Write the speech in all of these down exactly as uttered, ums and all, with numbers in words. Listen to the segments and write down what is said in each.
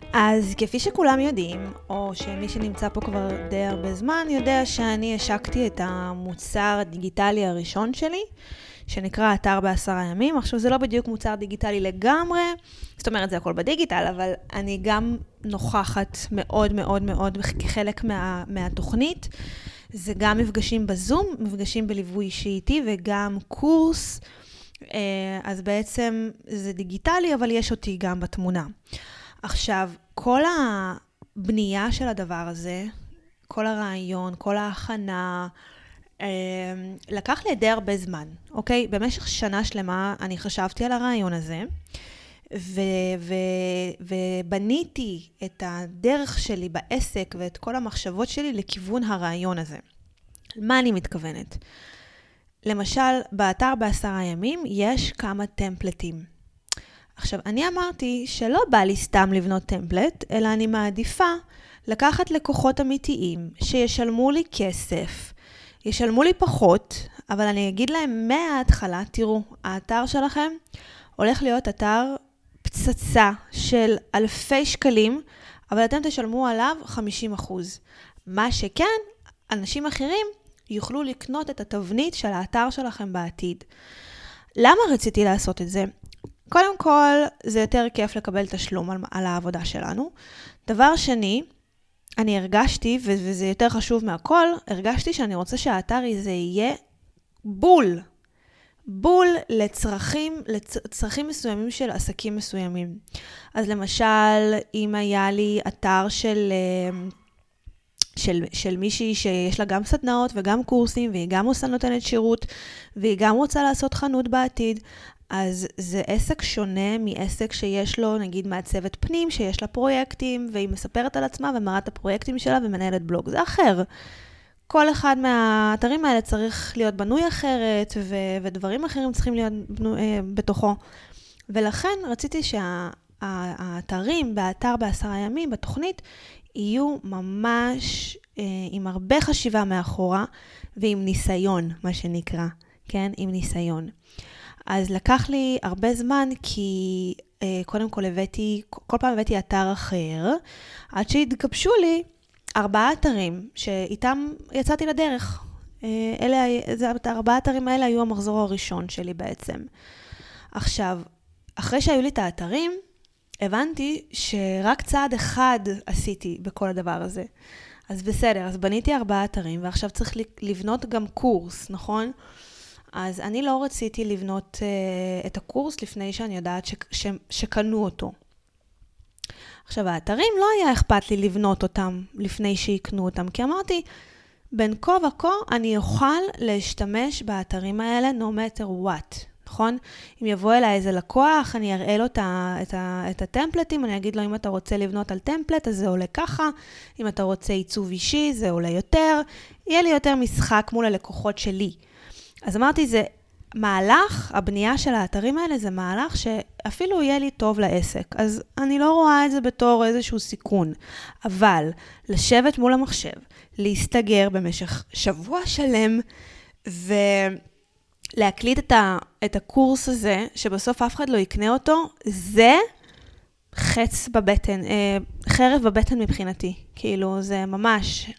אז כפי שכולם יודעים, או שמי שנמצא פה כבר די הרבה זמן, יודע שאני השקתי את המוצר הדיגיטלי הראשון שלי, שנקרא אתר בעשרה ימים. עכשיו זה לא בדיוק מוצר דיגיטלי לגמרי, זאת אומרת זה הכל בדיגיטל, אבל אני גם נוכחת מאוד מאוד מאוד כחלק מה, מהתוכנית. זה גם מפגשים בזום, מפגשים בליווי אישי איתי וגם קורס. אז בעצם זה דיגיטלי, אבל יש אותי גם בתמונה. עכשיו, כל הבנייה של הדבר הזה, כל הרעיון, כל ההכנה, לקח לי די הרבה זמן, אוקיי? במשך שנה שלמה אני חשבתי על הרעיון הזה, ו- ו- ובניתי את הדרך שלי בעסק ואת כל המחשבות שלי לכיוון הרעיון הזה. מה אני מתכוונת? למשל, באתר בעשרה ימים יש כמה טמפלטים. עכשיו, אני אמרתי שלא בא לי סתם לבנות טמפלט, אלא אני מעדיפה לקחת לקוחות אמיתיים שישלמו לי כסף, ישלמו לי פחות, אבל אני אגיד להם מההתחלה, תראו, האתר שלכם הולך להיות אתר פצצה של אלפי שקלים, אבל אתם תשלמו עליו חמישים אחוז. מה שכן, אנשים אחרים יוכלו לקנות את התבנית של האתר שלכם בעתיד. למה רציתי לעשות את זה? קודם כל, זה יותר כיף לקבל תשלום על, על העבודה שלנו. דבר שני, אני הרגשתי, וזה יותר חשוב מהכל, הרגשתי שאני רוצה שהאתר הזה יהיה בול. בול לצרכים, לצרכים מסוימים של עסקים מסוימים. אז למשל, אם היה לי אתר של, של, של מישהי שיש לה גם סדנאות וגם קורסים, והיא גם עושה נותנת שירות, והיא גם רוצה לעשות חנות בעתיד, אז זה עסק שונה מעסק שיש לו, נגיד, מעצבת פנים, שיש לה פרויקטים, והיא מספרת על עצמה ומראה את הפרויקטים שלה ומנהלת בלוג. זה אחר. כל אחד מהאתרים האלה צריך להיות בנוי אחרת, ו- ודברים אחרים צריכים להיות בנו- בתוכו. ולכן רציתי שהאתרים באתר בעשרה ימים, בתוכנית, יהיו ממש אה, עם הרבה חשיבה מאחורה, ועם ניסיון, מה שנקרא, כן? עם ניסיון. אז לקח לי הרבה זמן, כי אה, קודם כל הבאתי, כל פעם הבאתי אתר אחר, עד שהתגבשו לי ארבעה אתרים, שאיתם יצאתי לדרך. אה, אלה, זה, ארבעה אתרים האלה היו המחזור הראשון שלי בעצם. עכשיו, אחרי שהיו לי את האתרים, הבנתי שרק צעד אחד עשיתי בכל הדבר הזה. אז בסדר, אז בניתי ארבעה אתרים, ועכשיו צריך לבנות גם קורס, נכון? אז אני לא רציתי לבנות uh, את הקורס לפני שאני יודעת ש- ש- שקנו אותו. עכשיו, האתרים לא היה אכפת לי לבנות אותם לפני שיקנו אותם, כי אמרתי, בין כה וכה אני אוכל להשתמש באתרים האלה no matter what, נכון? אם יבוא אליי איזה לקוח, אני אראה לו את, ה- את, ה- את הטמפלטים, אני אגיד לו, אם אתה רוצה לבנות על טמפלט, אז זה עולה ככה, אם אתה רוצה עיצוב אישי, זה עולה יותר, יהיה לי יותר משחק מול הלקוחות שלי. אז אמרתי, זה מהלך, הבנייה של האתרים האלה זה מהלך שאפילו יהיה לי טוב לעסק. אז אני לא רואה את זה בתור איזשהו סיכון. אבל לשבת מול המחשב, להסתגר במשך שבוע שלם, ולהקליט את, ה, את הקורס הזה, שבסוף אף אחד לא יקנה אותו, זה חץ בבטן, חרב בבטן מבחינתי. כאילו, זה ממש...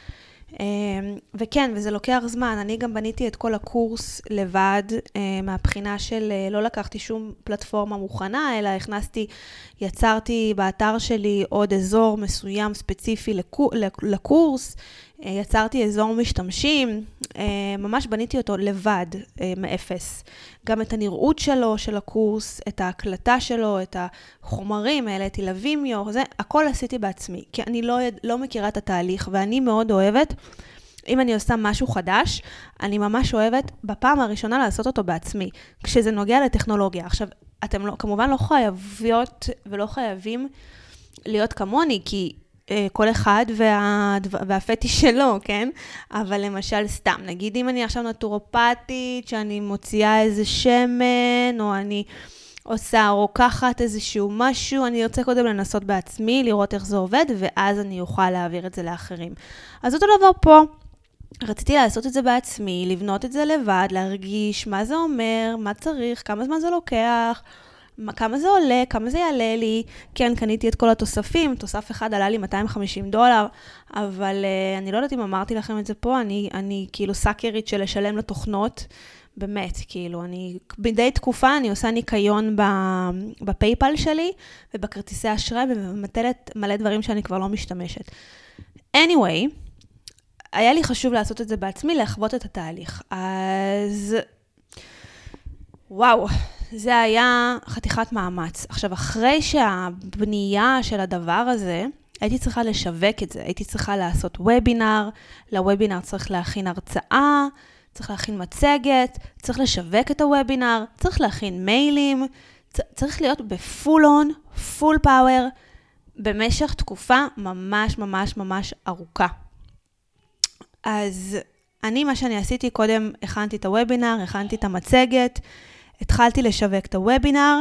וכן, וזה לוקח זמן. אני גם בניתי את כל הקורס לבד, מהבחינה של לא לקחתי שום פלטפורמה מוכנה, אלא הכנסתי, יצרתי באתר שלי עוד אזור מסוים ספציפי לקורס, יצרתי אזור משתמשים, ממש בניתי אותו לבד, מאפס. גם את הנראות שלו, של הקורס, את ההקלטה שלו, את החומרים, העליתי לוימיו, זה, הכל עשיתי בעצמי, כי אני לא, לא מכירה את התהליך, ואני מאוד אוהבת, אם אני עושה משהו חדש, אני ממש אוהבת בפעם הראשונה לעשות אותו בעצמי, כשזה נוגע לטכנולוגיה. עכשיו, אתם לא, כמובן לא חייבות ולא חייבים להיות כמוני, כי כל אחד וה... והפטיש שלו, כן? אבל למשל סתם, נגיד אם אני עכשיו נטורופטית, שאני מוציאה איזה שמן, או אני עושה רוקחת איזשהו משהו, אני רוצה קודם לנסות בעצמי, לראות איך זה עובד, ואז אני אוכל להעביר את זה לאחרים. אז אותו דבר פה, רציתי לעשות את זה בעצמי, לבנות את זה לבד, להרגיש מה זה אומר, מה צריך, כמה זמן זה לוקח, מה, כמה זה עולה, כמה זה יעלה לי, כן, קניתי את כל התוספים, תוסף אחד עלה לי מאתיים וחמישים דולר, אבל uh, אני לא יודעת אם אמרתי לכם את זה פה, אני, אני כאילו סאקרית של לשלם לתוכנות, באמת, כאילו, אני, בידי תקופה אני עושה ניקיון בפייפל שלי, ובכרטיסי אשראי, וממתלת מלא דברים שאני כבר לא משתמשת. anyway, היה לי חשוב לעשות את זה בעצמי, לחוות את התהליך. אז, וואו, זה היה חתיכת מאמץ. עכשיו, אחרי שהבנייה של הדבר הזה, הייתי צריכה לשווק את זה, הייתי צריכה לעשות וובינר, לוובינר צריך להכין הרצאה, צריך להכין מצגת, צריך לשווק את הוובינר, צריך להכין מיילים, צריך להיות בפול און, פול פאוור, במשך תקופה ממש ממש ממש ארוכה. אז אני, מה שאני עשיתי קודם, הכנתי את הוובינר, הכנתי את המצגת, התחלתי לשווק את הוובינר,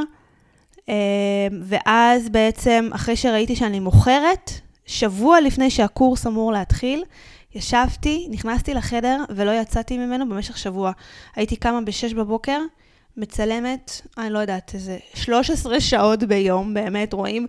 ואז בעצם, אחרי שראיתי שאני מוכרת, שבוע לפני שהקורס אמור להתחיל, ישבתי, נכנסתי לחדר ולא יצאתי ממנו במשך שבוע. הייתי קמה בשש בבוקר, מצלמת, אני לא יודעת, איזה שלוש עשרה שעות ביום, באמת רואים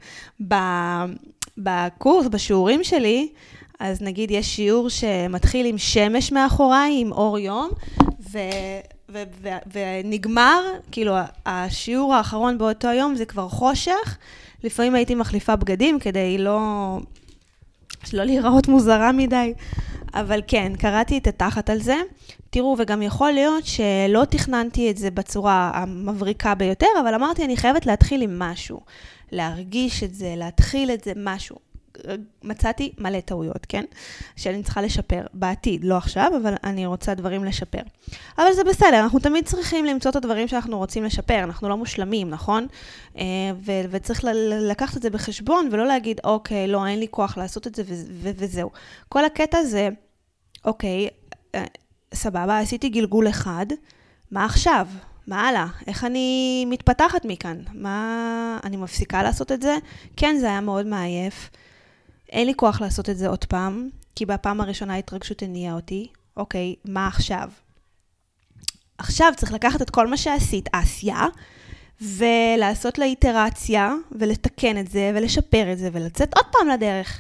בקורס, בשיעורים שלי, אז נגיד יש שיעור שמתחיל עם שמש מאחוריי, עם אור יום, ו... ו- ו- ונגמר, כאילו השיעור האחרון באותו היום זה כבר חושך, לפעמים הייתי מחליפה בגדים כדי לא, לא להיראות מוזרה מדי, אבל כן, קראתי את התחת על זה, תראו, וגם יכול להיות שלא תכננתי את זה בצורה המבריקה ביותר, אבל אמרתי אני חייבת להתחיל עם משהו, להרגיש את זה, להתחיל את זה משהו. מצאתי מלא טעויות, כן? שאני צריכה לשפר בעתיד, לא עכשיו, אבל אני רוצה דברים לשפר. אבל זה בסדר, אנחנו תמיד צריכים למצוא את הדברים שאנחנו רוצים לשפר, אנחנו לא מושלמים, נכון? ו- וצריך ל- לקחת את זה בחשבון, ולא להגיד, אוקיי, לא, אין לי כוח לעשות את זה, ו- ו- וזהו. כל הקטע זה, אוקיי, סבבה, עשיתי גלגול אחד, מה עכשיו? מה הלאה? איך אני מתפתחת מכאן? מה, אני מפסיקה לעשות את זה? כן, זה היה מאוד מעייף. אין לי כוח לעשות את זה עוד פעם, כי בפעם הראשונה ההתרגשות הניעה אותי. אוקיי, מה עכשיו? עכשיו צריך לקחת את כל מה שעשית, עשייה, ולעשות לה איטרציה, ולתקן את זה, ולשפר את זה, ולצאת עוד פעם לדרך.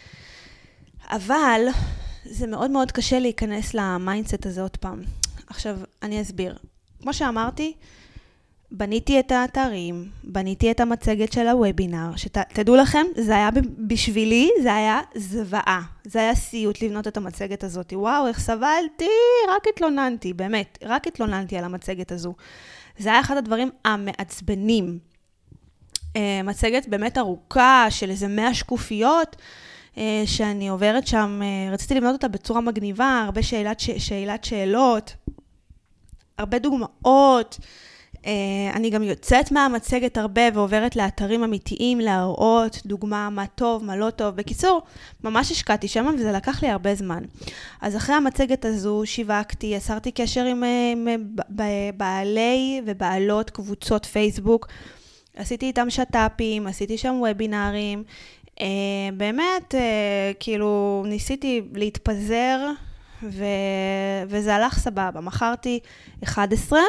אבל זה מאוד מאוד קשה להיכנס למיינדסט הזה עוד פעם. עכשיו, אני אסביר. כמו שאמרתי, בניתי את האתרים, בניתי את המצגת של הוובינר, שתדעו לכם, זה היה בשבילי, זה היה זוועה. זה היה סיוט לבנות את המצגת הזאת. וואו, איך סבלתי, רק התלוננתי, באמת, רק התלוננתי על המצגת הזו. זה היה אחד הדברים המעצבנים. מצגת באמת ארוכה של איזה מאה שקופיות, שאני עוברת שם, רציתי לבנות אותה בצורה מגניבה, הרבה שאלת, שאלת שאלות, הרבה דוגמאות, אני גם יוצאת מהמצגת הרבה ועוברת לאתרים אמיתיים, להראות דוגמה מה טוב, מה לא טוב. בקיצור, ממש השקעתי שם וזה לקח לי הרבה זמן. אז אחרי המצגת הזו שיווקתי, יצרתי קשר עם, עם בעלי ובעלות קבוצות פייסבוק, עשיתי איתם שטאפים, עשיתי שם וובינרים, באמת, כאילו, ניסיתי להתפזר ו... וזה הלך סבבה. מכרתי אחת עשרה,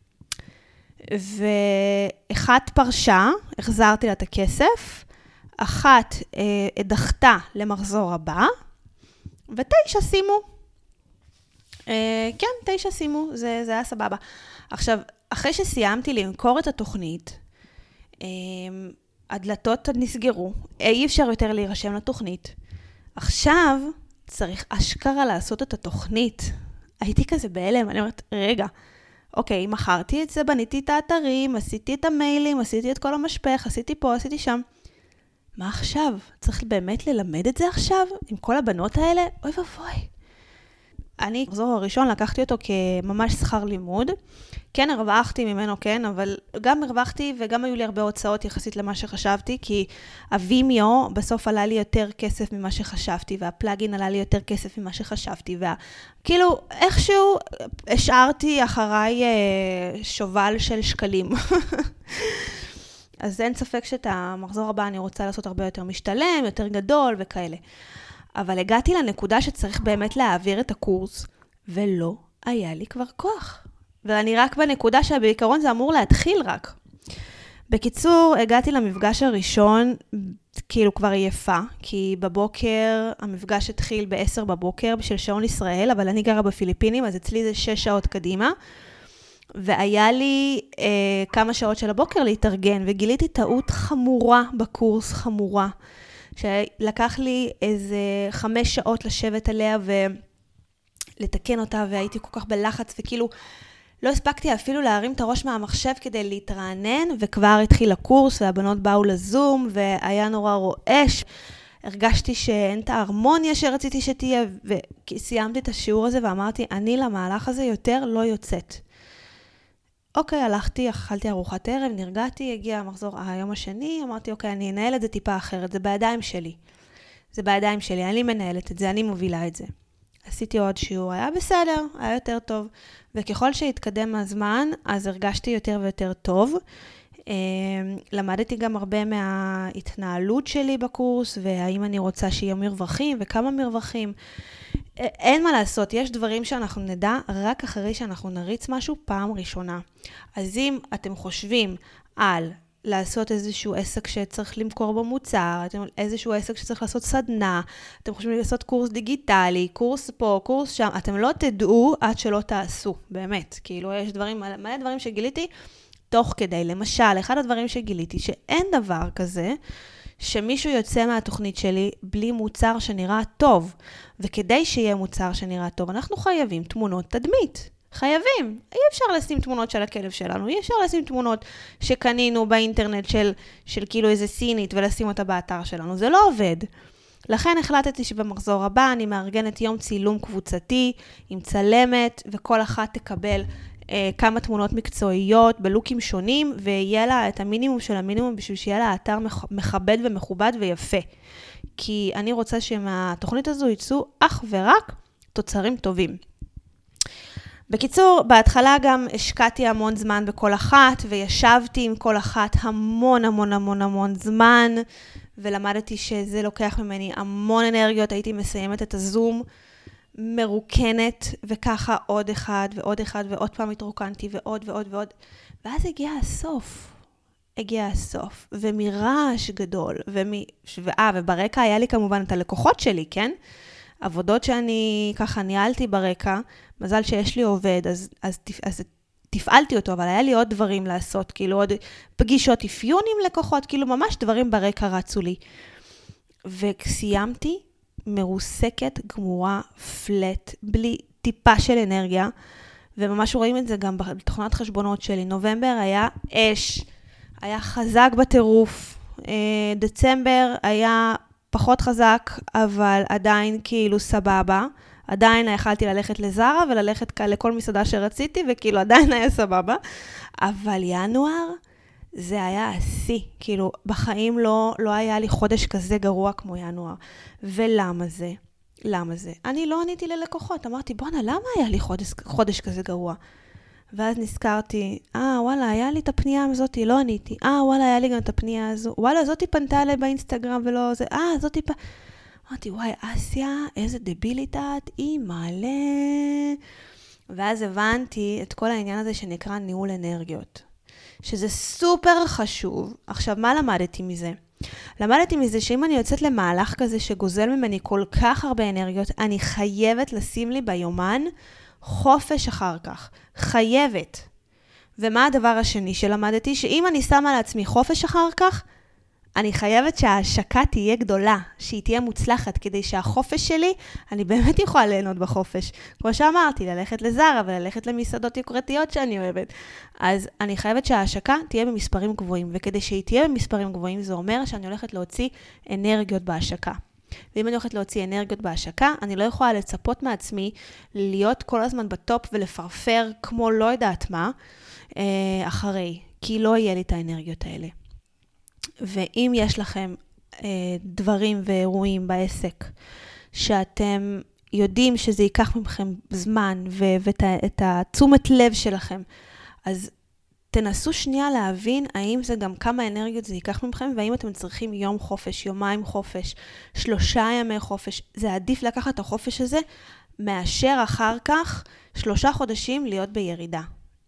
ואחת פרשה, החזרתי לה את הכסף, אחת אה, דחתה למחזור הבא, ותשע שימו. אה, כן, תשע שימו, זה, זה היה סבבה. עכשיו, אחרי שסיימתי למכור את התוכנית, אה, הדלתות נסגרו, אי אפשר יותר להירשם לתוכנית. עכשיו צריך אשכרה לעשות את התוכנית. הייתי כזה בהלם, אני אומרת, רגע, אוקיי, מכרתי את זה, בניתי את האתרים, עשיתי את המיילים, עשיתי את כל המשפך, עשיתי פה, עשיתי שם. מה עכשיו? צריך באמת ללמד את זה עכשיו? עם כל הבנות האלה? אוי ובוי. אני, מחזור הראשון, לקחתי אותו כממש שכר לימוד. כן, הרווחתי ממנו, כן, אבל גם הרווחתי וגם היו לי הרבה הוצאות יחסית למה שחשבתי, כי הווימיו בסוף עלה לי יותר כסף ממה שחשבתי, והפלאגין עלה לי יותר כסף ממה שחשבתי, וכאילו איכשהו השארתי אחריי שובל של שקלים. אז אין ספק שאת המחזור הבא אני רוצה לעשות הרבה יותר משתלם, יותר גדול וכאלה. אבל הגעתי לנקודה שצריך באמת להעביר את הקורס, ולא היה לי כבר כוח. ואני רק בנקודה שבעיקרון זה אמור להתחיל רק. בקיצור, הגעתי למפגש הראשון, כאילו כבר עייפה, כי בבוקר, המפגש התחיל ב-עשר בבוקר בשביל שעון ישראל, אבל אני גרה בפיליפינים, אז אצלי זה שש שעות קדימה, והיה לי אה, כמה שעות של הבוקר להתארגן, וגיליתי טעות חמורה בקורס, חמורה, שלקח לי איזה חמש שעות לשבת עליה ולתקן אותה, והייתי כל כך בלחץ, וכאילו לא הספקתי אפילו להרים את הראש מהמחשב כדי להתרענן, וכבר התחיל הקורס, והבנות באו לזום, והיה נורא רועש. הרגשתי שאין את ההרמוניה שרציתי שתהיה, וסיימתי את השיעור הזה, ואמרתי, אני למהלך הזה יותר לא יוצאת. אוקיי, הלכתי, אכלתי ארוחת ערב, נרגעתי, הגיע המחזור היום השני, אמרתי, אוקיי, אני אנהל את זה טיפה אחרת, זה בידיים שלי. זה בידיים שלי, אני מנהלת את זה, אני מובילה את זה. עשיתי עוד שיעור, היה בסדר, היה יותר טוב, וככל שהתקדם הזמן, אז הרגשתי יותר ויותר טוב. למדתי גם הרבה מההתנהלות שלי בקורס, והאם אני רוצה שיהיה מרווחים, וכמה מרווחים. אין מה לעשות, יש דברים שאנחנו נדע רק אחרי שאנחנו נריץ משהו פעם ראשונה. אז אם אתם חושבים על לעשות איזשהו עסק שצריך למכור במוצר, איזשהו עסק שצריך לעשות סדנה, אתם חושבים לעשות קורס דיגיטלי, קורס פה, קורס שם, אתם לא תדעו עד שלא תעשו, באמת. כאילו יש דברים, מלא דברים שגיליתי תוך כדי. למשל, אחד הדברים שגיליתי שאין דבר כזה, שמישהו יוצא מהתוכנית שלי בלי מוצר שנראה טוב. וכדי שיהיה מוצר שנראה טוב, אנחנו חייבים תמונות תדמית. חייבים. אי אפשר לשים תמונות של הכלב שלנו, אי אפשר לשים תמונות שקנינו באינטרנט של, של כאילו איזה סינית ולשים אותה באתר שלנו. זה לא עובד. לכן החלטתי שבמחזור הבא אני מארגנת יום צילום קבוצתי עם צלמת, וכל אחת תקבל אה, כמה תמונות מקצועיות בלוקים שונים, ויהיה לה את המינימום של המינימום בשביל שיהיה לה אתר מכבד ומכובד ויפה. כי אני רוצה שמהתוכנית הזו יצאו אך ורק תוצרים טובים. בקיצור, בהתחלה גם השקעתי המון זמן בכל אחת, וישבתי עם כל אחת המון המון המון המון זמן, ולמדתי שזה לוקח ממני המון אנרגיות, הייתי מסיימת את הזום מרוקנת, וככה עוד אחד ועוד אחד, ועוד פעם התרוקנתי ועוד ועוד ועוד, ואז הגיע הסוף. הגיע הסוף, ומרעש גדול, ואה, וברקע היה לי כמובן את הלקוחות שלי, כן? עבודות שאני ככה ניהלתי ברקע, מזל שיש לי עובד, אז, אז, אז תפעלתי אותו, אבל היה לי עוד דברים לעשות, כאילו עוד פגישות אפיון עם לקוחות, כאילו ממש דברים ברקע רצו לי. וסיימתי מרוסקת, גמורה, פלט, בלי טיפה של אנרגיה, וממש רואים את זה גם בתוכנת חשבונות שלי. נובמבר היה אש, היה חזק בטירוף, דצמבר היה פחות חזק, אבל עדיין כאילו סבבה. עדיין יכלתי ללכת לזרה וללכת לכל מסעדה שרציתי, וכאילו עדיין היה סבבה. אבל ינואר זה היה השיא. כאילו בחיים לא, לא היה לי חודש כזה גרוע כמו ינואר. ולמה זה? למה זה? אני לא עניתי ללקוחות. אמרתי, בונה, למה היה לי חודש, חודש כזה גרוע? ואז נזכרתי, אה, וואלה, היה לי את הפנייה הזאת, לא עניתי. אה, וואלה, היה לי גם את הפנייה הזו. וואלה, זאתי פנתה אליי באינסטגרם ולא זה. אה, זאתי פ... אמרתי, וואי, אסיה, איזה דבילית את, היא מלא. ואז הבנתי את כל העניין הזה שנקרא ניהול אנרגיות. שזה סופר חשוב. עכשיו, מה למדתי מזה? למדתי מזה שאם אני יוצאת למהלך כזה שגוזל ממני כל כך הרבה אנרגיות, אני חייבת לשים לי ביומן חופש אחר כך. חייבת. ומה הדבר השני שלמדתי? שאם אני שמה לעצמי חופש אחר כך, אני חייבת שההשקה תהיה גדולה, שהיא תהיה מוצלחת, כדי שהחופש שלי, אני באמת יכולה ליהנות בחופש. כמו שאמרתי, ללכת לזרה וללכת למסעדות יוקרתיות שאני אוהבת. אז אני חייבת שההשקה תהיה במספרים גבוהים, וכדי שהיא תהיה במספרים גבוהים, זה אומר שאני הולכת להוציא אנרגיות בהשקה. ואם אני הולכת להוציא אנרגיות בהשקה, אני לא יכולה לצפות מעצמי להיות כל הזמן בטופ ולפרפר כמו לא יודעת מה, אחרי, כי לא יהיה לי את האנרגיות האלה. ואם יש לכם אה, דברים ואירועים בעסק, שאתם יודעים שזה ייקח מכם זמן, ו- ואת התשומת לב שלכם, אז תנסו שנייה להבין האם זה גם כמה אנרגיות זה ייקח מכם, והאם אתם צריכים יום חופש, יומיים חופש, שלושה ימי חופש. זה עדיף לקחת את החופש הזה, מאשר אחר כך שלושה חודשים להיות בירידה.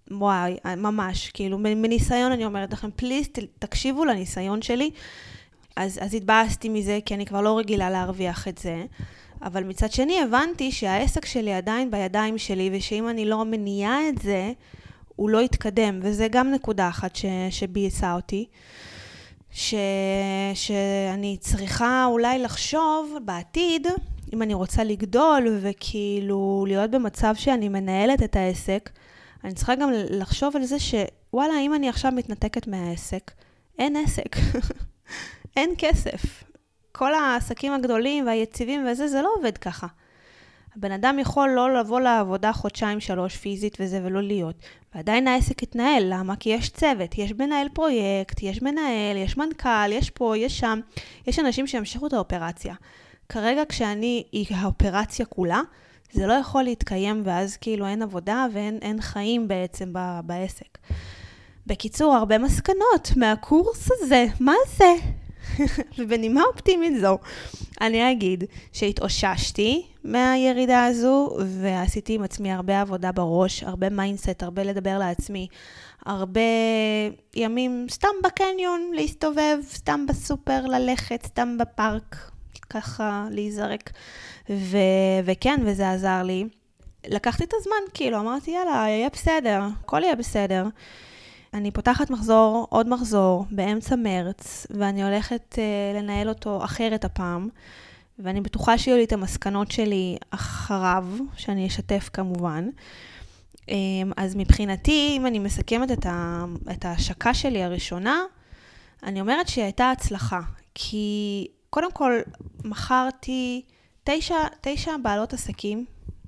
וואי, ממש, כאילו, מניסיון אני אומרת לכם, פליז, תקשיבו לניסיון שלי. אז, אז התבאסתי מזה, כי אני כבר לא רגילה להרוויח את זה. אבל מצד שני, הבנתי שהעסק שלי עדיין בידיים שלי, ושאם אני לא מניעה את זה, הוא לא יתקדם. וזה גם נקודה אחת ש, שבייסה אותי. ש, שאני צריכה אולי לחשוב בעתיד, אם אני רוצה לגדול, וכאילו להיות במצב שאני מנהלת את העסק, אני צריכה גם לחשוב על זה שוואלה, אם אני עכשיו מתנתקת מהעסק, אין עסק. אין כסף. כל העסקים הגדולים והיציבים וזה, זה לא עובד ככה. הבן אדם יכול לא לבוא לעבודה חודשיים, שלוש פיזית וזה ולא להיות. ועדיין העסק יתנהל. למה? כי יש צוות, יש מנהל פרויקט, יש מנהל, יש מנכ"ל, יש פה, יש שם. יש אנשים שימשכו את האופרציה. כרגע כשאני, היא האופרציה כולה, זה לא יכול להתקיים ואז כאילו אין עבודה ואין אין חיים בעצם ב, בעסק. בקיצור, הרבה מסקנות מהקורס הזה. מה זה? ובנימה אופטימית זו, אני אגיד שהתאוששתי מהירידה הזו, ועשיתי עם עצמי הרבה עבודה בראש, הרבה מיינדסט, הרבה לדבר לעצמי, הרבה ימים סתם בקניון להסתובב, סתם בסופר ללכת, סתם בפארק, ככה להיזרק, ו- וכן, וזה עזר לי. לקחתי את הזמן, כאילו, אמרתי, יאללה, יהיה בסדר, הכל יהיה בסדר. אני פותחת מחזור, עוד מחזור, באמצע מרץ, ואני הולכת uh, לנהל אותו אחרת הפעם, ואני בטוחה שיהיו לי את המסקנות שלי אחריו, שאני אשתף כמובן. Um, אז מבחינתי, אם אני מסכמת את, ה, את ההשקה שלי הראשונה, אני אומרת שהייתה הצלחה, כי קודם כל מכרתי תשע, תשע בעלות עסקים,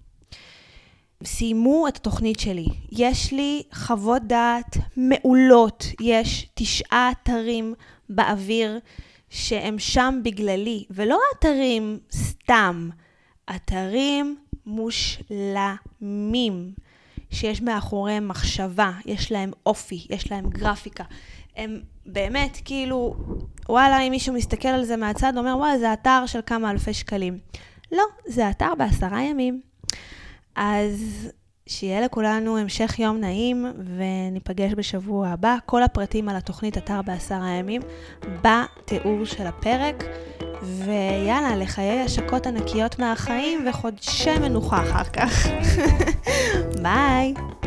סיימו את התוכנית שלי. יש לי חוות דעת מעולות. יש תשעה אתרים באוויר שהם שם בגללי. ולא אתרים סתם. אתרים מושלמים. שיש מאחוריהם מחשבה. יש להם אופי. יש להם גרפיקה. הם באמת כאילו, וואלה, אם מישהו מסתכל על זה מהצד, אומר, וואלה, זה אתר של כמה אלפי שקלים. לא, זה אתר בעשרה ימים. אז שיהיה לכולנו המשך יום נעים, וניפגש בשבוע הבא. כל הפרטים על התוכנית אתר בעשרה ימים, בתיאור של הפרק, ויאללה, לחיי השקות ענקיות מהחיים, וחודשי מנוחה אחר כך. ביי!